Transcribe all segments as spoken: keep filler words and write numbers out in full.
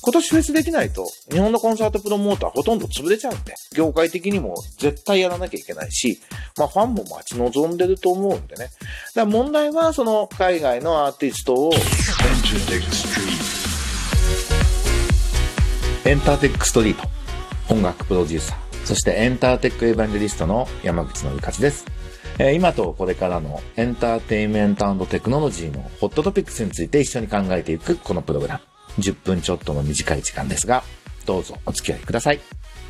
今年フェスできないと、日本のコンサートプロモーターほとんど潰れちゃうんで、業界的にも絶対やらなきゃいけないし、まあファンも待ち望んでると思うんでね。だから問題はその海外のアーティストを、エンターテックストリート、音楽プロデューサー、そしてエンターテックエヴァンジェリストの山口のりかつです。えー、今とこれからのエンターテインメント&テクノロジーのホットトピックスについて一緒に考えていくこのプログラム。じゅっぷんちょっとの短い時間ですが、どうぞお付き合いください。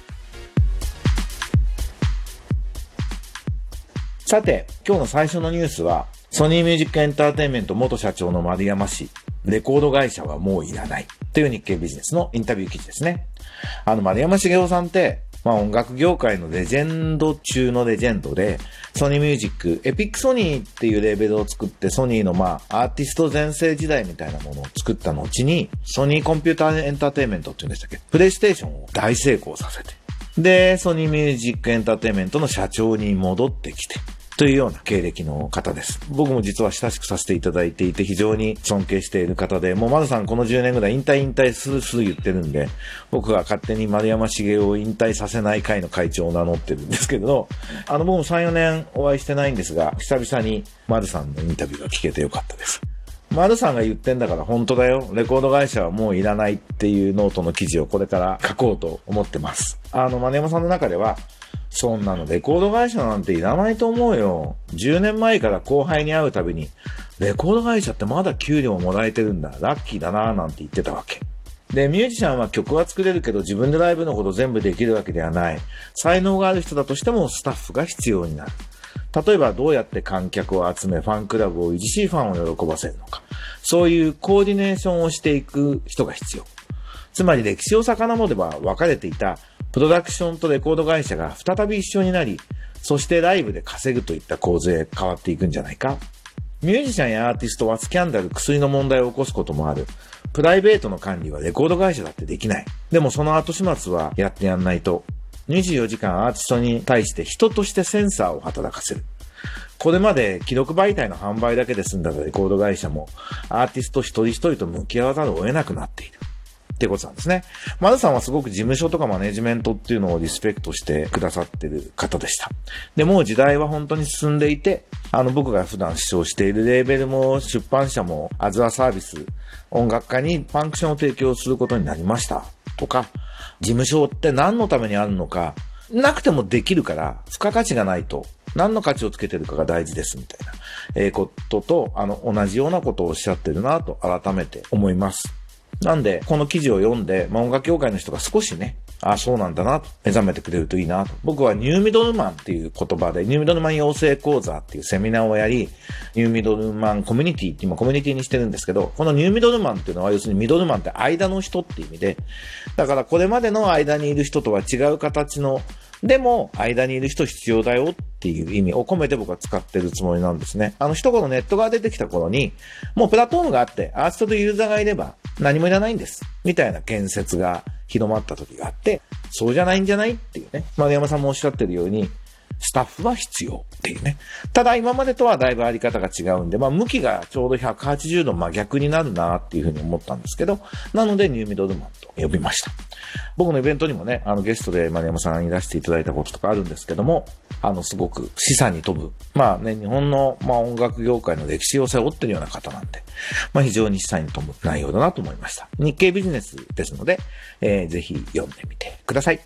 さて、今日の最初のニュースは、ソニーミュージックエンターテインメント元社長の丸山氏、レコード会社はもういらないという日経ビジネスのインタビュー記事ですね。あの丸山茂雄さんって、まあ音楽業界のレジェンド中のレジェンドで、ソニーミュージック、エピックソニーっていうレーベルを作って、ソニーのまあアーティスト全盛時代みたいなものを作った後に、ソニーコンピューターエンターテインメントっていうんでしたっけ、プレイステーションを大成功させて、で、ソニーミュージックエンターテインメントの社長に戻ってきて、というような経歴の方です。僕も実は親しくさせていただいていて非常に尊敬している方で、もう丸さんこのじゅうねんぐらい引退引退するする言ってるんで、僕が勝手に丸山茂雄を引退させない会の会長を名乗ってるんですけど、あの僕もさん、よねんお会いしてないんですが、久々に丸さんのインタビューが聞けてよかったです。丸さんが言ってんだから本当だよ。レコード会社はもういらないっていうノートの記事をこれから書こうと思ってます。あの丸山さんの中では、そんなのレコード会社なんていらないと思うよ。じゅうねんまえから後輩に会うたびに、レコード会社ってまだ給料もらえてるんだ。ラッキーだなぁなんて言ってたわけ。で、ミュージシャンは曲は作れるけど自分でライブのこと全部できるわけではない。才能がある人だとしてもスタッフが必要になる。例えばどうやって観客を集めファンクラブを維持しファンを喜ばせるのか。そういうコーディネーションをしていく人が必要。つまり歴史を遡れば分かれていたプロダクションとレコード会社が再び一緒になり、そしてライブで稼ぐといった構図へ変わっていくんじゃないか。ミュージシャンやアーティストはスキャンダル、薬の問題を起こすこともある。プライベートの管理はレコード会社だってできない。でもその後始末はやってやんないと。にじゅうよじかんアーティストに対して人としてセンサーを働かせる。これまで記録媒体の販売だけで済んだレコード会社もアーティスト一人一人と向き合わざるを得なくなっている。ってことなんですね。丸さんはすごく事務所とかマネジメントっていうのをリスペクトしてくださってる方でした。で、もう時代は本当に進んでいて、あの僕が普段主張しているレーベルも出版社もアズアサービス、音楽家にファンクションを提供することになりました。とか、事務所って何のためにあるのか、なくてもできるから、付加価値がないと、何の価値をつけてるかが大事ですみたいな、えー、ことと、あの、同じようなことをおっしゃってるなと改めて思います。なんで、この記事を読んで、まあ、音楽業界の人が少しね、ああ、そうなんだなと、目覚めてくれるといいなと。僕はニューミドルマンっていう言葉で、ニューミドルマン養成講座っていうセミナーをやり、ニューミドルマンコミュニティって今コミュニティにしてるんですけど、このニューミドルマンっていうのは要するにミドルマンって間の人っていう意味で、だからこれまでの間にいる人とは違う形の、でも間にいる人必要だよっていう意味を込めて僕は使ってるつもりなんですね。あの一頃ネットが出てきた頃に、もうプラットフォームがあって、アーティストとユーザーがいれば何もいらないんです。みたいな建設が広まった時があって、そうじゃないんじゃないっていうね。丸山さんもおっしゃってるように、スタッフは必要っていうね。ただ今までとはだいぶあり方が違うんで、まあ向きがちょうどひゃくはちじゅうど真逆になるなっていうふうに思ったんですけど、なのでニューミドルマンと呼びました。僕のイベントにもね、あのゲストで丸山さんいらしていただいたこととかあるんですけども、あのすごく示唆に富む、まあね、日本のまあ音楽業界の歴史を背負ってるような方なんで、まあ非常に示唆に富む内容だなと思いました。日経ビジネスですので、えー、ぜひ読んでみてください。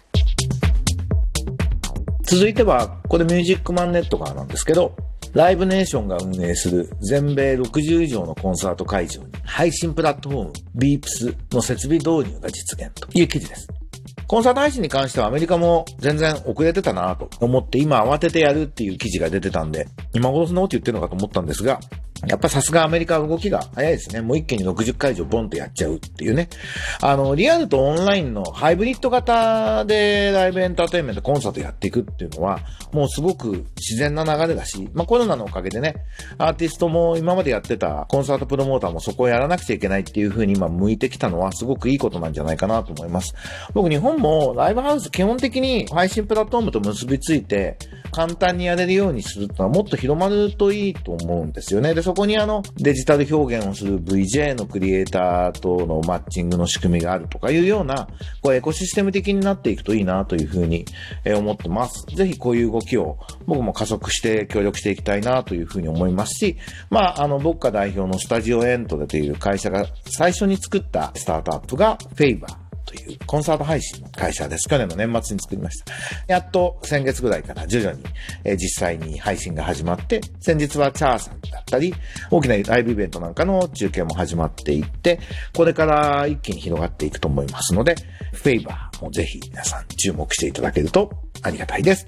続いては、これミュージックマンネットからなんですけど、ライブネーションが運営する全米ろくじゅう以上のコンサート会場に配信プラットフォーム ビープス の設備導入が実現という記事です。コンサート配信に関してはアメリカも全然遅れてたなと思って今慌ててやるっていう記事が出てたんで、今頃そんなこと言ってるのかと思ったんですが、やっぱさすがアメリカは動きが早いですね。もう一気にろくじゅっかいじょボンとやっちゃうっていうね。あの、リアルとオンラインのハイブリッド型でライブエンターテインメント、コンサートやっていくっていうのは、もうすごく自然な流れだし、まあコロナのおかげでね、アーティストも今までやってたコンサートプロモーターもそこをやらなくちゃいけないっていう風に今向いてきたのはすごくいいことなんじゃないかなと思います。僕日本もライブハウス基本的に配信プラットフォームと結びついて簡単にやれるようにするってのはもっと広まるといいと思うんですよね。で、そそこにあの、デジタル表現をする ブイジェー のクリエイターとのマッチングの仕組みがあるとかいうような、こうエコシステム的になっていくといいなというふうに思ってます。ぜひこういう動きを僕も加速して協力していきたいなというふうに思いますし、まあ、あの、僕が代表のスタジオエントレという会社が最初に作ったスタートアップがフェイバーというコンサート配信の会社です。去年の年末に作りました。やっと先月ぐらいから徐々に、えー、実際に配信が始まって、先日はチャーさんだったり、大きなライブイベントなんかの中継も始まっていって、これから一気に広がっていくと思いますので、フェイバーもぜひ皆さん注目していただけるとありがたいです。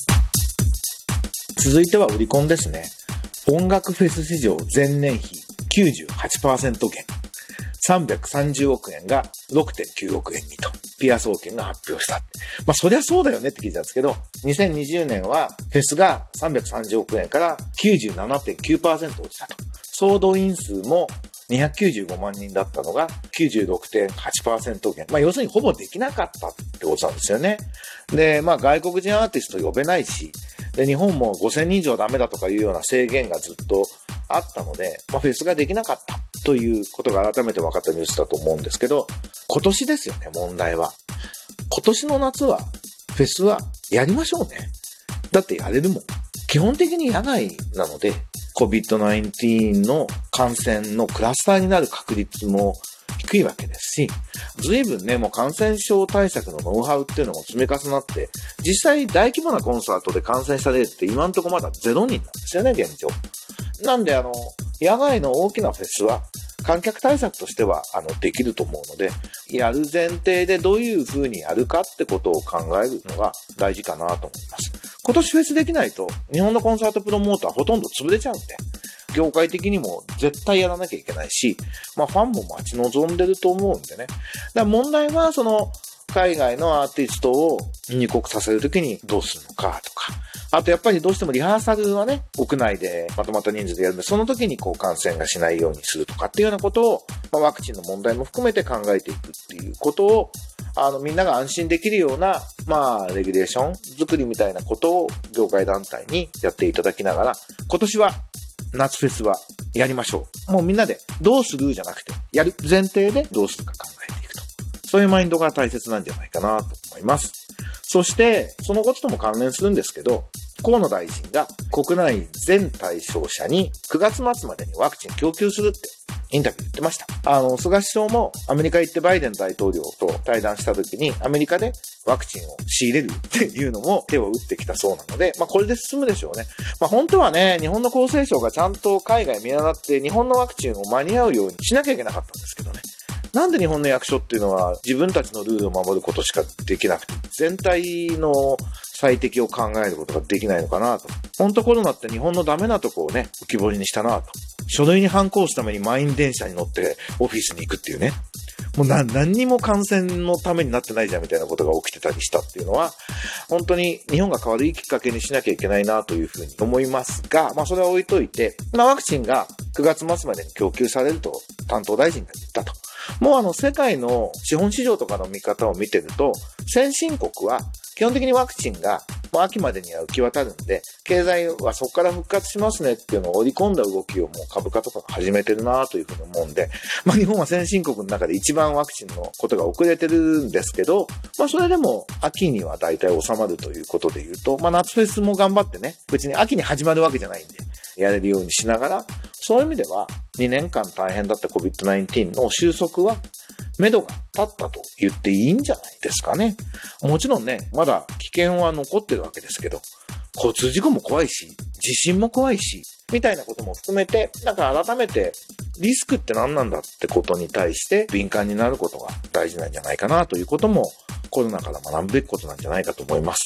続いては売り込んですね。音楽フェス市場前年比 きゅうじゅうはちパーセント 減。さんびゃくさんじゅうおくえんが ろくてんきゅうおくえんにと、ピア総研が発表した。まあ、そりゃそうだよねって聞いたんですけど、にせんにじゅうねんはフェスがさんびゃくさんじゅうおくえんから きゅうじゅうななてんきゅうパーセント 落ちたと。総動員数もにひゃくきゅうじゅうごまんにんだったのが きゅうじゅうろくてんはちパーセント 減。まあ、要するにほぼできなかったってことなんですよね。で、まあ、外国人アーティスト呼べないし、で、日本もごせんにん以上ダメだとかいうような制限がずっとあったので、まあ、フェスができなかったということが改めて分かったニュースだと思うんですけど、今年ですよね、問題は。今年の夏は、フェスはやりましょうね。だってやれるもん。基本的に野外なので、コビッドナインティーン の感染のクラスターになる確率も低いわけですし、随分ね、もう感染症対策のノウハウっていうのも積み重なって、実際大規模なコンサートで感染した例って今んとこまだゼロにんなんですよね、現状。なんであの、野外の大きなフェスは、観客対策としては、あの、できると思うので、やる前提でどういう風にやるかってことを考えるのが大事かなと思います。今年フェスできないと、日本のコンサートプロモーターほとんど潰れちゃうんで、業界的にも絶対やらなきゃいけないし、まあファンも待ち望んでると思うんでね。だから問題は、その、海外のアーティストを入国させるときにどうするのかとか、あとやっぱりどうしてもリハーサルはね、屋内でまとまった人数でやるんで、その時にこう感染がしないようにするとかっていうようなことを、まあ、ワクチンの問題も含めて考えていくっていうことを、あのみんなが安心できるような、まあレギュレーション作りみたいなことを業界団体にやっていただきながら、今年は夏フェスはやりましょう。もうみんなでどうするじゃなくて、やる前提でどうするか考えていくと。そういうマインドが大切なんじゃないかなと思います。そして、そのこととも関連するんですけど、河野大臣が国内全対象者にくがつ末までにワクチン供給するってインタビュー言ってました。あの、菅首相もアメリカ行ってバイデン大統領と対談した時にアメリカでワクチンを仕入れるっていうのも手を打ってきたそうなので、まあこれで進むでしょうね。まあ本当はね、日本の厚生省がちゃんと海外見習って日本のワクチンを間に合うようにしなきゃいけなかったんですけどね。なんで日本の役所っていうのは自分たちのルールを守ることしかできなくて、全体の最適を考えることができないのかなと。本当コロナって日本のダメなとこをね、浮き彫りにしたなと。書類に反抗すために満員電車に乗ってオフィスに行くっていうね。もうな何にも感染のためになってないじゃんみたいなことが起きてたりしたっていうのは、本当に日本が変わるいいきっかけにしなきゃいけないなというふうに思いますが、まあそれは置いといて、まあワクチンがくがつ末までに供給されると担当大臣が言ったと。もうあの世界の資本市場とかの見方を見てると、先進国は基本的にワクチンがもう秋までには浮き渡るんで、経済はそこから復活しますねっていうのを織り込んだ動きをもう株価とかが始めてるなというふうに思うんで、まあ日本は先進国の中で一番ワクチンのことが遅れてるんですけど、まあそれでも秋には大体収まるということで言うと、まあ夏フェスも頑張ってね、別に秋に始まるわけじゃないんで、やれるようにしながら、そういう意味ではにねんかん大変だった コビッドナインティーン の収束は目処が立ったと言っていいんじゃないですかね。もちろんね、まだ危険は残ってるわけですけど、交通事故も怖いし、地震も怖いし、みたいなことも含めて、なんか改めてリスクって何なんだってことに対して敏感になることが大事なんじゃないかなということも、コロナから学ぶべきことなんじゃないかと思います。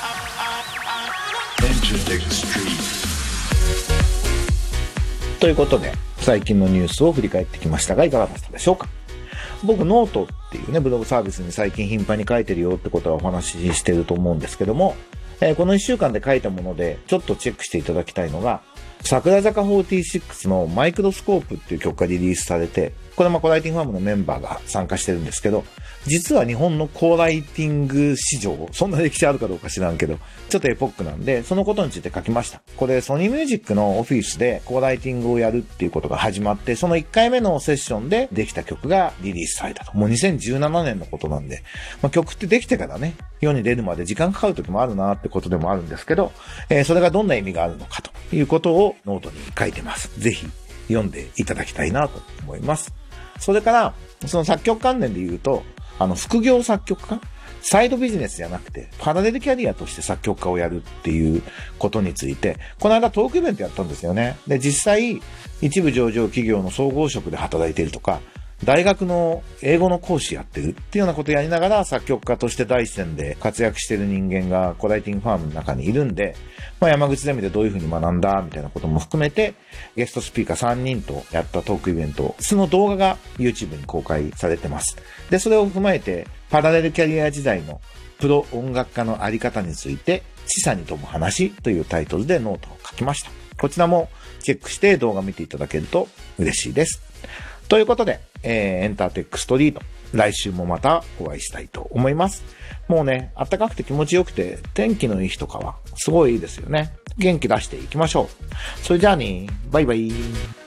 ということで、最近のニュースを振り返ってきましたが、いかがだったでしょうか。僕、ノートっていうね、ブログサービスに最近頻繁に書いてるよってことはお話ししてると思うんですけども、えー、このいっしゅうかんで書いたもので、ちょっとチェックしていただきたいのが、桜坂フォーティーシックスのマイクロスコープっていう曲がリリースされて、 これもコーライティングファームのメンバーが参加してるんですけど、実は日本のコーライティング市場、そんな歴史あるかどうか知らんけど、ちょっとエポックなんで、そのことについて書きました。これソニーミュージックのオフィスでコーライティングをやるっていうことが始まって、そのいっかいめのセッションでできた曲がリリースされたと。もうにせんじゅうななねんのことなんで、まあ、曲ってできてからね、世に出るまで時間かかる時もあるなってことでもあるんですけど、えー、それがどんな意味があるのかということをノートに書いてます。ぜひ読んでいただきたいなと思います。それから、その作曲関連で言うと、あの、副業作曲家サイドビジネスじゃなくて、パラレルキャリアとして作曲家をやるっていうことについて、この間トークイベントやったんですよね。で、実際、一部上場企業の総合職で働いているとか、大学の英語の講師やってるっていうようなことをやりながら作曲家として第一線で活躍している人間がコーライティングファームの中にいるんで、まあ、山口ゼミでどういうふうに学んだみたいなことも含めてゲストスピーカーさんにんとやったトークイベント、その動画が YouTube に公開されてます。で、それを踏まえてパラレルキャリア時代のプロ音楽家のあり方について示唆に富む話というタイトルでノートを書きました。こちらもチェックして動画見ていただけると嬉しいです。ということで、えー、エンターテックストリート。来週もまたお会いしたいと思います。もうね、暖かくて気持ちよくて、天気のいい日とかはすごいいいですよね。元気出していきましょう。それじゃあね、バイバイ。